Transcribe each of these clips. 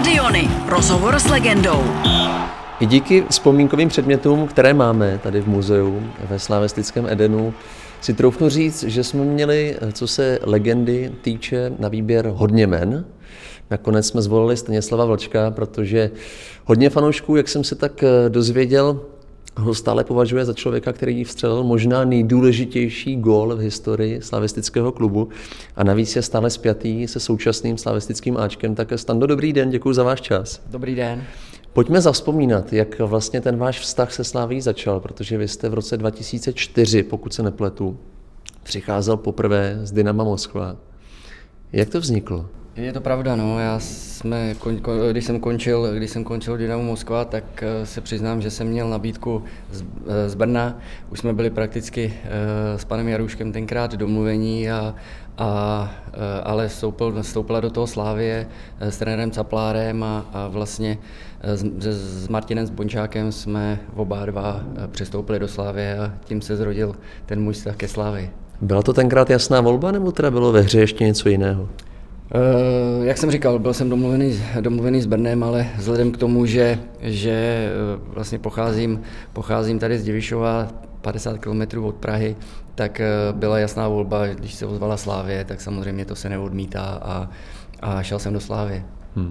Stadiony. Rozhovor s legendou. I díky vzpomínkovým předmětům, které máme tady v muzeu ve slavistickém Edenu, si troufnu říct, že jsme měli, co se legendy týče, na výběr hodně men. Nakonec jsme zvolili Stanislava Vlčka, protože hodně fanoušků, jak jsem se tak dozvěděl, ho stále považuje za člověka, který vstřelil možná nejdůležitější gól v historii slavistického klubu a navíc je stále spjatý se současným slavistickým áčkem. Tak Stando, dobrý den, děkuji za váš čas. Dobrý den. Pojďme zavzpomínat, jak vlastně ten váš vztah se Slavií začal, protože vy jste v roce 2004, pokud se nepletu, přicházel poprvé z Dynama Moskva. Jak to vzniklo? Je to pravda, no. Když jsem končil Dynamo Moskva, tak se přiznám, že jsem měl nabídku z Brna. Už jsme byli prakticky s panem Jarouškem tenkrát domluvení, ale vstoupila do toho Slavie s trenérem Caplárem a vlastně s Martinem Bončákem jsme oba dva přestoupili do Slavie a tím se zrodil ten můj vztah ke Slavii. Byla to tenkrát jasná volba, nebo teda bylo ve hře ještě něco jiného? Jak jsem říkal, byl jsem domluvený s Brnem, ale vzhledem k tomu, že vlastně pocházím tady z Divišova, 50 km od Prahy, tak byla jasná volba, když se ozvala Slavie, tak samozřejmě to se neodmítá a šel jsem do Slavie.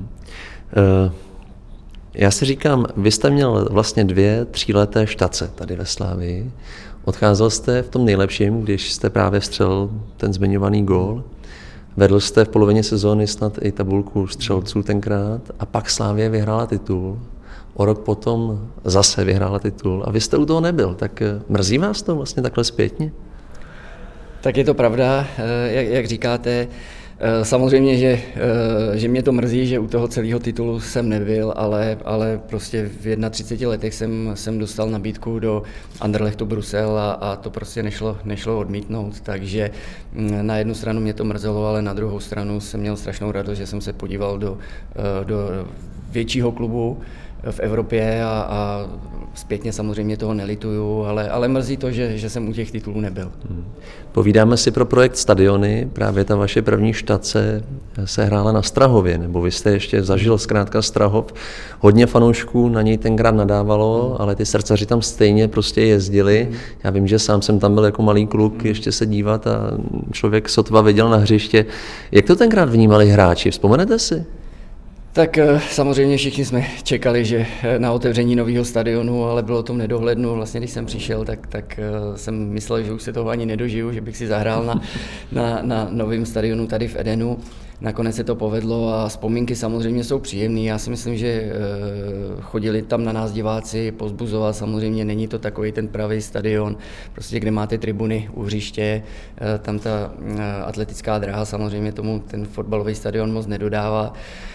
Já si říkám, vy jste měl vlastně 2 tříleté štace tady ve Slavii. Odcházel jste v tom nejlepším, když jste právě vstřelil ten zmiňovaný gól. Vedl jste v polovině sezóny snad i tabulku střelců tenkrát a pak Slavie vyhrála titul. O rok potom zase vyhrála titul a vy jste u toho nebyl. Tak mrzí vás to vlastně takhle zpětně? Tak je to pravda, jak říkáte. Samozřejmě, že mě to mrzí, že u toho celého titulu jsem nebyl, ale prostě v 31 letech jsem dostal nabídku do Anderlechtu Brusel a to prostě nešlo odmítnout. Takže na jednu stranu mě to mrzelo, ale na druhou stranu jsem měl strašnou radost, že jsem se podíval do většího klubu v Evropě a zpětně samozřejmě toho nelituju, ale mrzí to, že jsem u těch titulů nebyl. Povídáme si pro projekt Stadiony, právě ta vaše první štace se hrála na Strahově, nebo vy jste ještě zažil zkrátka Strahov. Hodně fanoušků na něj tenkrát nadávalo, ale ty srdcaři tam stejně prostě jezdili. Já vím, že sám jsem tam byl jako malý kluk ještě se dívat a člověk sotva viděl na hřiště. Jak to tenkrát vnímali hráči, vzpomenete si? Tak samozřejmě všichni jsme čekali, že na otevření nového stadionu, ale bylo to nedohlednu. Vlastně když jsem přišel, tak jsem myslel, že už se toho ani nedožiju, že bych si zahrál na novém stadionu tady v Edenu. Nakonec se to povedlo a vzpomínky samozřejmě jsou příjemné. Já si myslím, že chodili tam na nás diváci pozbuzovat. Samozřejmě není to takový ten pravý stadion, prostě kde máte tribuny u hřiště. Tam ta atletická dráha samozřejmě tomu ten fotbalový stadion moc nedodává.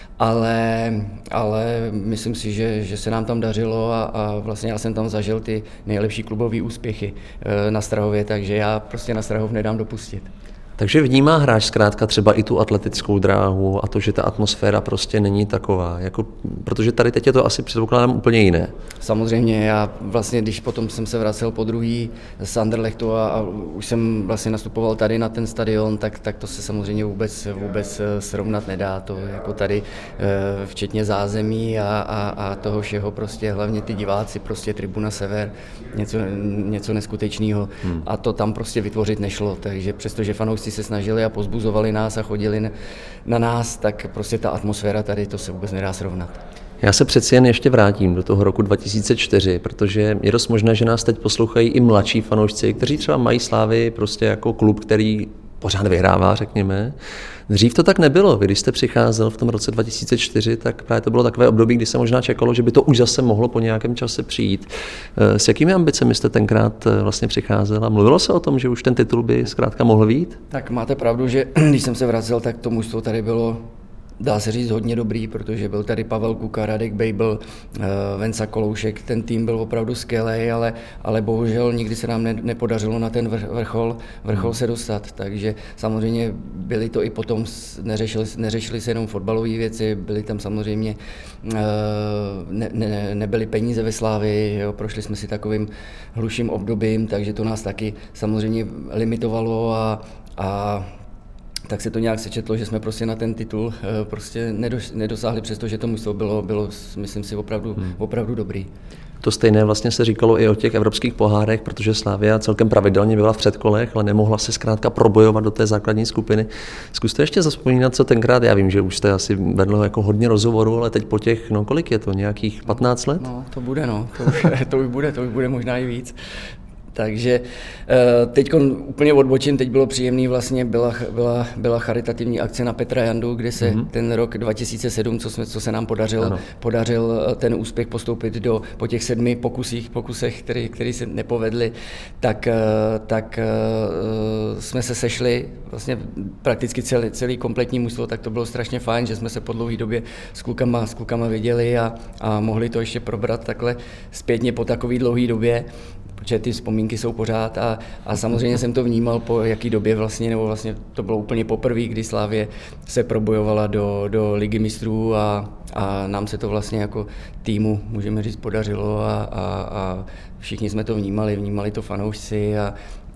Ale myslím si, že se nám tam dařilo a vlastně já jsem tam zažil ty nejlepší klubové úspěchy na Strahově, takže já prostě na Strahov nedám dopustit. Takže vnímá hráč zkrátka třeba i tu atletickou dráhu a to, že ta atmosféra prostě není taková, protože tady teď je to asi předpokládám úplně jiné. Samozřejmě, já vlastně, když potom jsem se vracel po druhý z Anderlechtu a už jsem vlastně nastupoval tady na ten stadion, tak to se samozřejmě vůbec srovnat nedá, to jako tady včetně zázemí a toho všeho prostě, hlavně ty diváci, prostě Tribuna Sever, něco neskutečného a to tam prostě vytvořit nešlo, takže přestože fanoušci se snažili a pozbuzovali nás a chodili na nás, tak prostě ta atmosféra tady, to se vůbec nedá srovnat. Já se přeci jen ještě vrátím do toho roku 2004, protože je dost možné, že nás teď poslouchají i mladší fanoušci, kteří třeba mají Slavii prostě jako klub, který pořád vyhrává, řekněme. Dřív to tak nebylo. Vy, když jste přicházel v tom roce 2004, tak právě to bylo takové období, kdy se možná čekalo, že by to už zase mohlo po nějakém čase přijít. S jakými ambicemi jste tenkrát vlastně přicházel a mluvilo se o tom, že už ten titul by zkrátka mohl vyjít? Tak máte pravdu, že když jsem se vracel, tak to mužstvo tady bylo, dá se říct, hodně dobrý, protože byl tady Pavel Kuka, Radek Bejbl, Venca Koloušek, ten tým byl opravdu skvělý, ale bohužel nikdy se nám nepodařilo na ten vrchol se dostat, takže samozřejmě byly to i potom, neřešily se jenom fotbalové věci, byly tam samozřejmě, nebyly peníze ve Slavii, jo, prošli jsme si takovým hluším obdobím, takže to nás taky samozřejmě limitovalo a tak se to nějak sečetlo, že jsme prostě na ten titul prostě nedosáhli, přestože to mužstvo bylo myslím si, opravdu dobrý. To stejné vlastně se říkalo i o těch evropských pohárech, protože Slavia celkem pravidelně byla v předkolech, ale nemohla se zkrátka probojovat do té základní skupiny. Zkuste ještě zavzpomínat, co tenkrát, já vím, že už jste asi vedl jako hodně rozhovorů, ale teď po těch, kolik je to, nějakých 15 let? No, to bude, to už bude možná i víc. Takže teď úplně odbočím, teď bylo příjemný, vlastně byla charitativní akce na Petra Jandu, kde se ten rok 2007, co se nám podařil ten úspěch postoupit po těch 7 pokusech, který se nepovedly, tak jsme se sešli, vlastně prakticky celý kompletní mužstvo, tak to bylo strašně fajn, že jsme se po dlouhé době s klukama viděli a mohli to ještě probrat takhle zpětně po takové dlouhé době, protože ty vzpomínky jsou pořád a samozřejmě jsem to vnímal po jaký době vlastně to bylo úplně poprvé, kdy Slavie se probojovala do Ligy mistrů a nám se to vlastně jako týmu, můžeme říct, podařilo a všichni jsme to vnímali to fanoušci a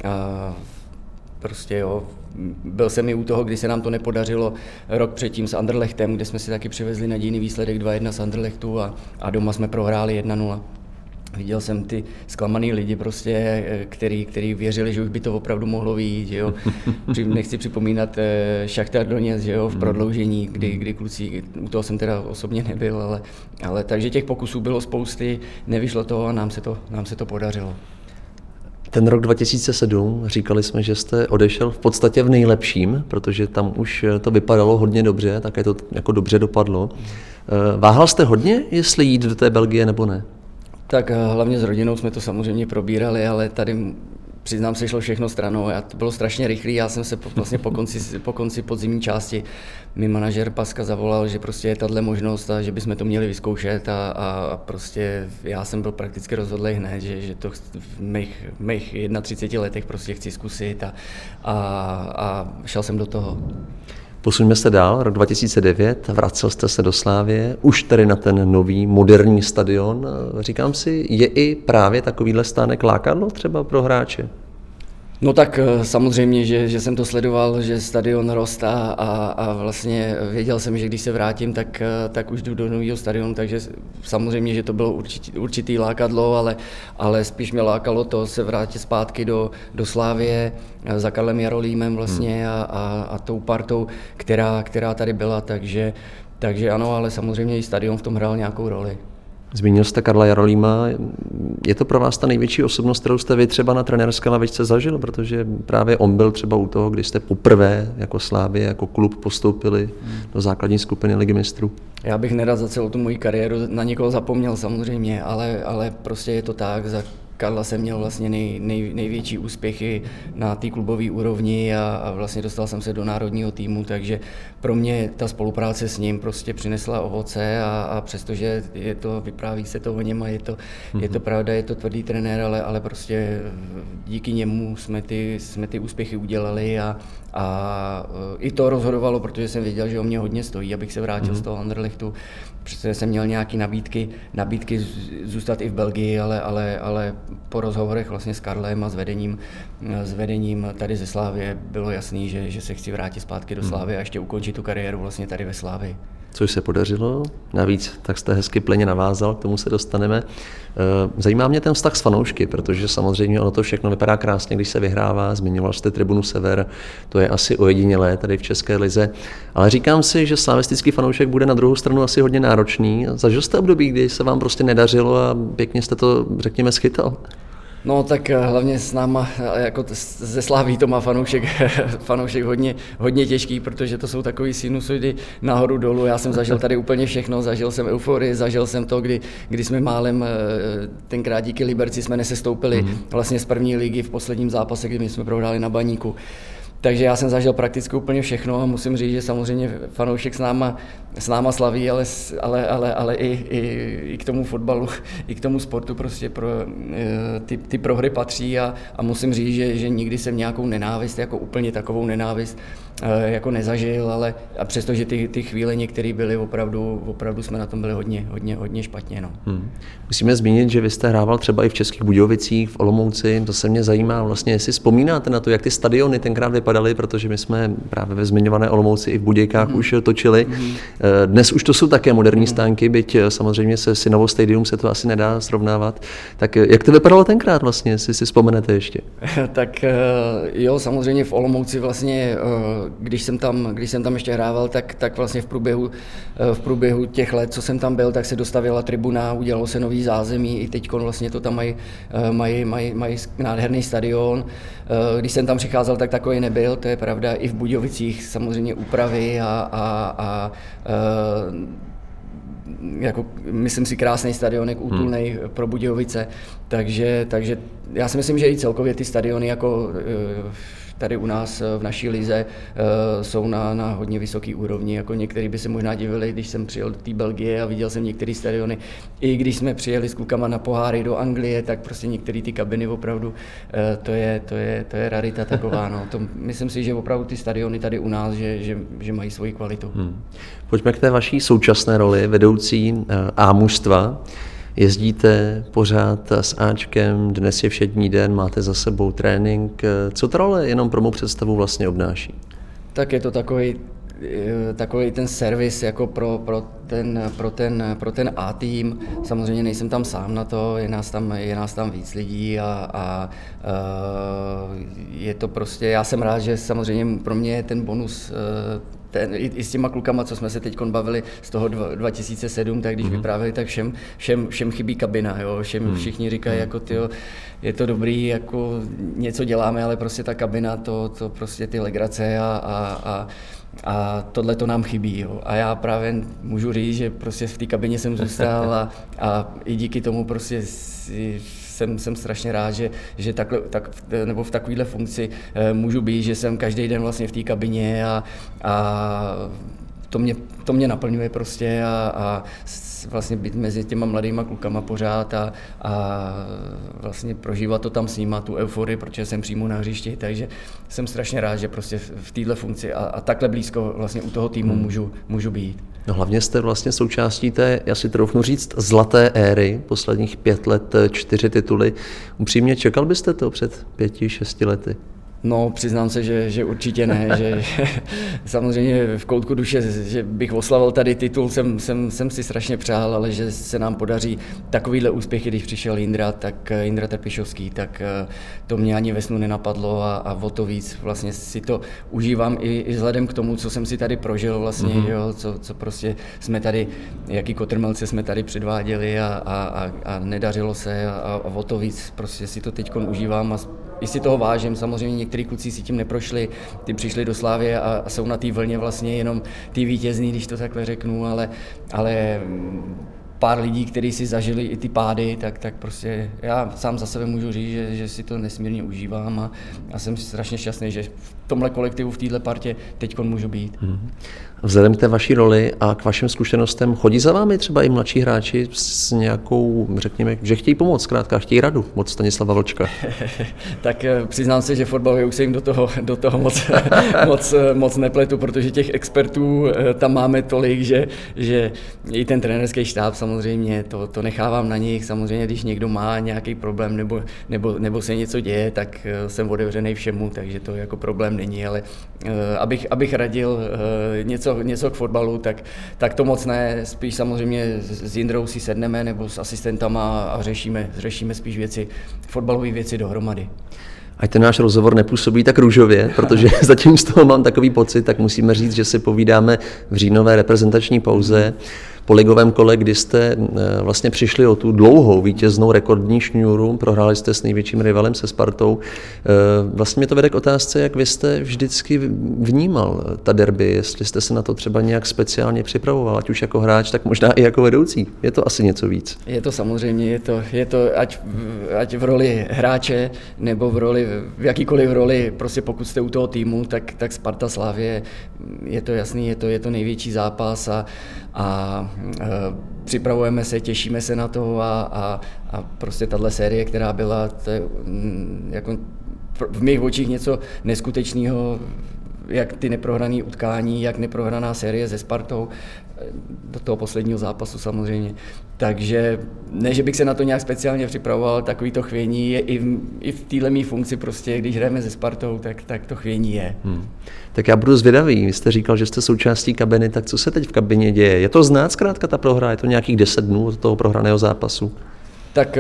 prostě jo, byl jsem i u toho, kdy se nám to nepodařilo rok předtím s Anderlechtem, kde jsme si taky přivezli nadějný výsledek 2-1 z Anderlechtu a doma jsme prohráli 1-0. Viděl jsem ty zklamaný lidi prostě, který věřili, že už by to opravdu mohlo vyjít, že jo. Nechci připomínat Šachtar Doněck, že jo, v prodloužení, kdy kluci, u toho jsem teda osobně nebyl, ale takže těch pokusů bylo spousty, nevyšlo to a nám se to podařilo. Ten rok 2007, říkali jsme, že jste odešel v podstatě v nejlepším, protože tam už to vypadalo hodně dobře, také to jako dobře dopadlo. Váhal jste hodně, jestli jít do té Belgie nebo ne? Tak hlavně s rodinou jsme to samozřejmě probírali, ale tady přiznám se, šlo všechno stranou. To bylo strašně rychlý, já jsem se vlastně po konci podzimní části mi manažer Paska zavolal, že prostě je tato možnost a že bychom to měli vyzkoušet a prostě já jsem byl prakticky rozhodlý hned, že to v mých 31 letech prostě chci zkusit a šel jsem do toho. Posuňme se dál, rok 2009, vracel jste se do Slavie, už tedy na ten nový, moderní stadion. Říkám si, je i právě takovýhle stánek lákadlo třeba pro hráče? No tak samozřejmě, že jsem to sledoval, že stadion rost a vlastně věděl jsem, že když se vrátím, tak už jdu do nového stadionu, takže samozřejmě, že to bylo určitý lákadlo, ale spíš mě lákalo to se vrátit zpátky do Slavie za Karlem Jarolímem vlastně a tou partou, která tady byla, takže ano, ale samozřejmě i stadion v tom hrál nějakou roli. Zmínil jste Karla Jarolíma. Je to pro vás ta největší osobnost, kterou jste vy třeba na trenérské lavičce zažil, protože právě on byl třeba u toho, když jste poprvé jako Slavie, jako klub postoupili do základní skupiny Ligy mistrů? Já bych nerad za celou tu moji kariéru na někoho zapomněl samozřejmě, ale prostě je to tak. Za Karla jsem měl vlastně největší úspěchy na té klubové úrovni a vlastně dostal jsem se do národního týmu, takže pro mě ta spolupráce s ním prostě přinesla ovoce a přestože vypráví se to o něm a je to pravda, je to tvrdý trenér, ale prostě díky němu jsme ty úspěchy udělali a i to rozhodovalo, protože jsem věděl, že o mě hodně stojí, abych se vrátil z toho Anderlechtu, protože jsem měl nějaké nabídky zůstat i v Belgii, ale po rozhovorech vlastně s Karlem a s vedením tady ze Slavie bylo jasný, že se chci vrátit zpátky do Slavie a ještě ukončit tu kariéru vlastně tady ve Slavii. Což se podařilo, navíc tak jste hezky plně navázal, k tomu se dostaneme. Zajímá mě ten vztah s fanoušky, protože samozřejmě ono to všechno vypadá krásně, když se vyhrává, zmiňoval jste Tribunu Sever, to je asi ojedinělé tady v České lize, ale říkám si, že slavistický fanoušek bude na druhou stranu asi hodně náročný. Zažil jste období, kdy se vám prostě nedařilo a pěkně jste to, řekněme, schytal? No tak hlavně s náma, jako ze Slaví to má fanoušek hodně těžký, protože to jsou takový sinusoidy nahoru dolů. Já jsem zažil tady úplně všechno, zažil jsem euforii, zažil jsem to, kdy jsme málem, tenkrát díky Liberci jsme nesestoupili vlastně z první ligy v posledním zápase, kdy my jsme prohráli na Baníku. Takže já jsem zažil prakticky úplně všechno a musím říct, že samozřejmě fanoušek s náma slaví, ale i k tomu fotbalu, i k tomu sportu prostě ty prohry patří a musím říct, že nikdy jsem nějakou nenávist, jako úplně takovou nenávist jako nezažil, ale a přestože ty chvíle některé byly opravdu jsme na tom byli hodně špatně. No. Musíme zmínit, že vy jste hrával třeba i v Českých Budějovicích, v Olomouci, to se mě zajímá vlastně, jestli vzpomínáte na to, jak ty stadiony tenkrát vypadaly vypadaly, protože my jsme právě ve zmiňované Olomouci i v Budějkách už točili. Dnes už to jsou také moderní stánky, byť samozřejmě se Synovo stadium se to asi nedá srovnávat. Tak jak to vypadalo tenkrát vlastně, jestli si vzpomenete ještě? Tak jo, samozřejmě v Olomouci vlastně, když jsem tam ještě hrával, tak vlastně v průběhu těch let, co jsem tam byl, tak se dostavila tribuna, udělalo se nový zázemí, i teď vlastně to tam mají nádherný stadion. Když jsem tam přicházel, tak takový nebyl, to je pravda, i v Budějovicích samozřejmě úpravy a jako, myslím si, krásný stadionek, útulnej pro Budějovice, takže já si myslím, že i celkově ty stadiony jako tady u nás v naší lize jsou na hodně vysoký úrovni. Jako některý by se možná divili, když jsem přijel do té Belgie a viděl jsem některé stadiony. I když jsme přijeli s klukama na poháry do Anglie, tak prostě některé ty kabiny opravdu, to je rarita taková. No. To, myslím si, že opravdu ty stadiony tady u nás, že mají svoji kvalitu. Pojďme k té vaší současné roli vedoucí A mužstva. Jezdíte pořád s Ačkem, dnes je všední den, máte za sebou trénink. Co ta role jenom pro mou představu vlastně obnáší? Tak je to takový ten servis jako pro ten A tým. Samozřejmě nejsem tam sám na to, je nás tam víc lidí a je to prostě, já jsem rád, že samozřejmě pro mě je ten bonus i s těma klukama, co jsme se teď bavili z toho 2007, tak když vyprávěli, tak všem chybí kabina, jo? Všichni říkají, jako tyjo, je to dobrý, jako něco děláme, ale prostě ta kabina, to prostě ty legrace a tohle to nám chybí. Jo? A já právě můžu říct, že prostě v té kabině jsem zůstal a i díky tomu prostě jsem strašně rád, že nebo v takovéhle funkci můžu být, že jsem každý den vlastně v té kabině a to mě naplňuje prostě a vlastně být mezi těma mladýma klukama pořád a vlastně prožívat to tam s nima, tu euforii, protože jsem přímo na hřišti, takže jsem strašně rád, že prostě v téhle funkci a takhle blízko vlastně u toho týmu můžu být. No hlavně jste vlastně součástí té, já si troufnu říct, zlaté éry, posledních 5 let, 4 tituly. Upřímně čekal byste to před 5-6 lety? No, přiznám se, že určitě ne, že samozřejmě v koutku duše, že bych oslavil tady titul, jsem si strašně přál, ale že se nám podaří takovýhle úspěchy, když přišel Jindra Trpišovský, tak to mě ani ve snu nenapadlo a o to víc vlastně si to užívám i vzhledem k tomu, co jsem si tady prožil vlastně, jo, co prostě jsme tady, jaký kotrmelce jsme tady předváděli a nedařilo se a o to víc prostě si to teďkon užívám a i si toho vážím, samozřejmě některý kluci si tím neprošli, ty přišli do Slávie a jsou na té vlně vlastně jenom ty vítězný, když to takhle řeknu, ale pár lidí, kteří si zažili i ty pády, tak prostě já sám za sebe můžu říct, že si to nesmírně užívám a jsem strašně šťastný, že v tomhle kolektivu, v téhle partě teďkon můžu být. Vzhledem k té vaší roli a k vašim zkušenostem, chodí za vámi třeba i mladší hráči s nějakou, řekněme, že chtějí pomoct, zkrátka chtějí radu od Stanislava Vlčka? Tak přiznám se, že fotbalově už se jim do toho moc nepletu, protože těch expertů tam máme tolik, že i ten trenérský štáb samozřejmě, to nechávám na nich. Samozřejmě, když někdo má nějaký problém nebo se něco děje, tak jsem otevřený všemu, takže to jako problém není, ale abych radil něco k fotbalu, tak to moc ne, spíš samozřejmě s Jindrou si sedneme nebo s asistentama a řešíme spíš fotbalové věci dohromady. Ať ten náš rozhovor nepůsobí tak růžově, protože zatím z toho mám takový pocit, tak musíme říct, že si povídáme v říjnové reprezentační pauze po ligovém kole, kdy jste vlastně přišli o tu dlouhou vítěznou rekordní šňůru, prohráli jste s největším rivalem, se Spartou. Vlastně mě to vede k otázce, jak vy jste vždycky vnímal ta derby, jestli jste se na to třeba nějak speciálně připravoval, ať už jako hráč, tak možná i jako vedoucí. Je to asi něco víc. Je to samozřejmě, je to ať v roli hráče, nebo v jakýkoliv roli, prostě pokud jste u toho týmu, tak Sparta Slavie, je to jasný, je to největší zápas a připravujeme se, těšíme se na to a prostě tahle série, která byla, to je jako v mých očích něco neskutečného, jak ty neprohrané utkání, jak neprohraná série se Spartou, do toho posledního zápasu samozřejmě. Takže ne, že bych se na to nějak speciálně připravoval, takový to chvění je i v téhle mý funkci prostě, když hrajeme se Spartou, tak to chvění je. Tak já budu zvědavý, vy jste říkal, že jste součástí kabiny, tak co se teď v kabině děje? Je to znát zkrátka ta prohra, je to nějakých 10 dnů od toho prohraného zápasu? Tak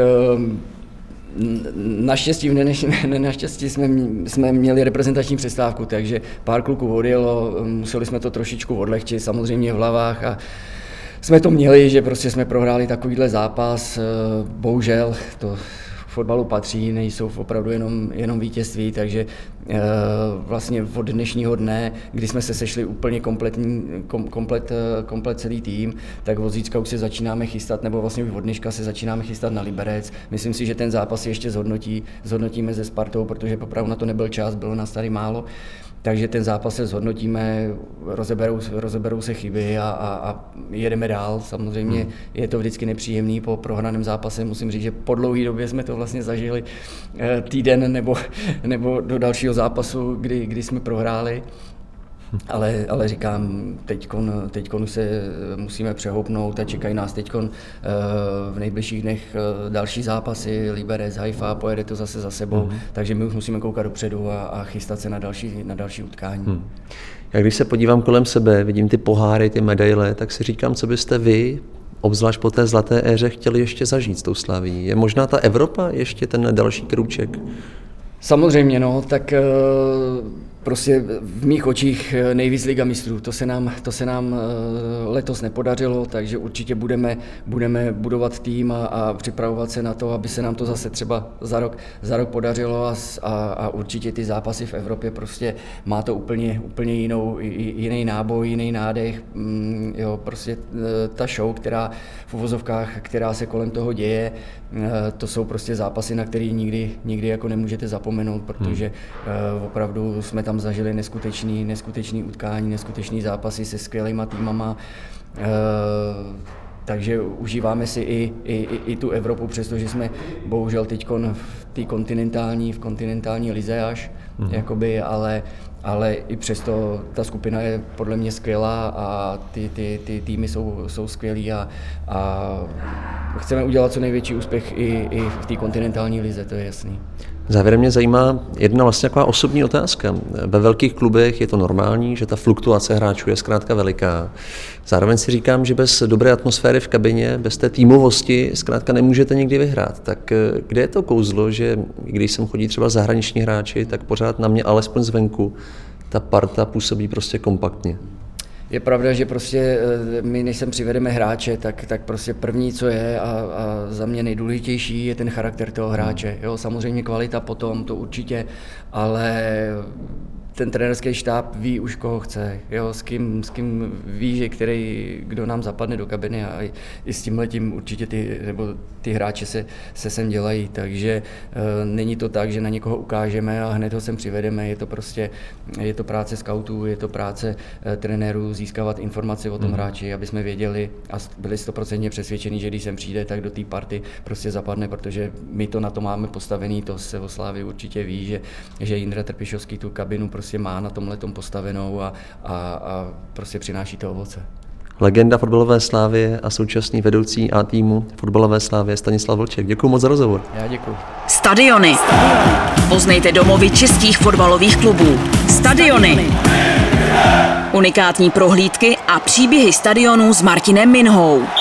naštěstí, naštěstí jsme měli reprezentační přestávku, takže pár kluků odjelo, museli jsme to trošičku odlehčit, samozřejmě v hlavách a jsme to měli, že prostě jsme prohráli takovýhle zápas, bohužel to k fotbalu patří, nejsou opravdu jenom vítězství, takže vlastně od dnešního dne, kdy jsme se sešli úplně komplet celý tým, tak od zítřka už se začínáme chystat, nebo vlastně už od dneška se začínáme chystat na Liberec. Myslím si, že ten zápas ještě zhodnotíme se Spartou, protože opravdu na to nebyl čas, bylo nás tady málo. Takže ten zápas se zhodnotíme, rozeberou se chyby a jedeme dál. Samozřejmě je to vždycky nepříjemný po prohraném zápase. Musím říct, že po dlouhé době jsme to vlastně zažili týden nebo do dalšího zápasu, kdy jsme prohráli. Ale říkám, teďkon už se musíme přehoupnout a čekají nás teďkon v nejbližších dnech další zápasy, Liberec, Haifa, pojede to zase za sebou, takže my už musíme koukat dopředu a chystat se na další utkání. Já když se podívám kolem sebe, vidím ty poháry, ty medaile, tak si říkám, co byste vy, obzvlášť po té zlaté éře, chtěli ještě zažít s tou Slavií. Je možná ta Evropa ještě ten další krůček? Samozřejmě, no, tak prostě v mých očích nejvíc Liga mistrů. To se nám letos nepodařilo, takže určitě budeme budovat tým a připravovat se na to, aby se nám to zase třeba za rok podařilo a určitě ty zápasy v Evropě prostě má to úplně jiný náboj, jiný nádech. Jo, prostě ta show, která v uvozovkách, která se kolem toho děje, to jsou prostě zápasy, na který nikdy jako nemůžete zapomenout, protože opravdu jsme tam zažili neskutečný utkání, neskutečný zápasy se skvělýma týmama. Takže užíváme si i tu Evropu, přestože jsme bohužel teďkon v kontinentální lize až, jakoby, ale i přesto ta skupina je podle mě skvělá a ty týmy jsou skvělý a chceme udělat co největší úspěch i v té kontinentální lize, to je jasný. Závěrem mě zajímá jedna vlastně taková osobní otázka. Ve velkých klubech je to normální, že ta fluktuace hráčů je zkrátka veliká. Zároveň si říkám, že bez dobré atmosféry v kabině, bez té týmovosti zkrátka nemůžete nikdy vyhrát. Tak kde je to kouzlo, že když sem chodí třeba zahraniční hráči, tak pořád na mě alespoň zvenku ta parta působí prostě kompaktně? Je pravda, že prostě my, než sem přivedeme hráče, tak prostě první, co je a za mě nejdůležitější, je ten charakter toho hráče. Jo, samozřejmě kvalita potom, to určitě, ale ten trenérský štáb ví už, koho chce, jo, s kým ví, že kdo nám zapadne do kabiny a i s tímhletím určitě ty hráči se sem dělají, takže není to tak, že na někoho ukážeme a hned ho sem přivedeme, je to práce skautů, je to práce trenérů získávat informace o tom hráči, aby jsme věděli a byli 100% přesvědčení, že když sem přijde, tak do té party prostě zapadne, protože my to na to máme postavený, to se o Slávii určitě ví, že Jindra Trpišovský tu kabinu prostě má na tomhletom postavenou a prostě přináší to ovoce. Legenda fotbalové Slávie a současný vedoucí A týmu fotbalové Slávie Stanislav Vlček. Děkuji moc za rozhovor. Já děkuji. Stadiony. Poznejte domovy českých fotbalových klubů. Stadiony. Unikátní prohlídky a příběhy stadionů s Martinem Minhou.